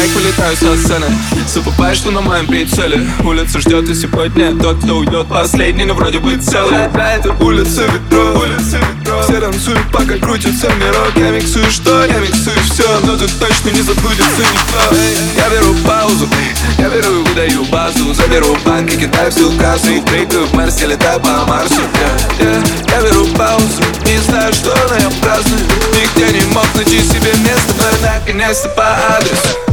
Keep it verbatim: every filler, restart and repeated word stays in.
майк, вылетаю со сцены. Забывай, что на моем прицеле. Улица ждет, и сегодня тот, кто уйдет последний, но вроде бы целый. Это улица ветров, все танцуют, пока крутится мирок. Я миксую что? Я миксую все, но тут точно не забудется никто. Я беру паузу, я беру и выдаю базу. Заберу банк и кидаю всю кассу. И прыгаю в Мерсе, летаю по Марсу. yeah, yeah. Я беру паузу, не знаю, что, но я праздную. Нигде не мог найти себе место, но я наконец-то по адресу.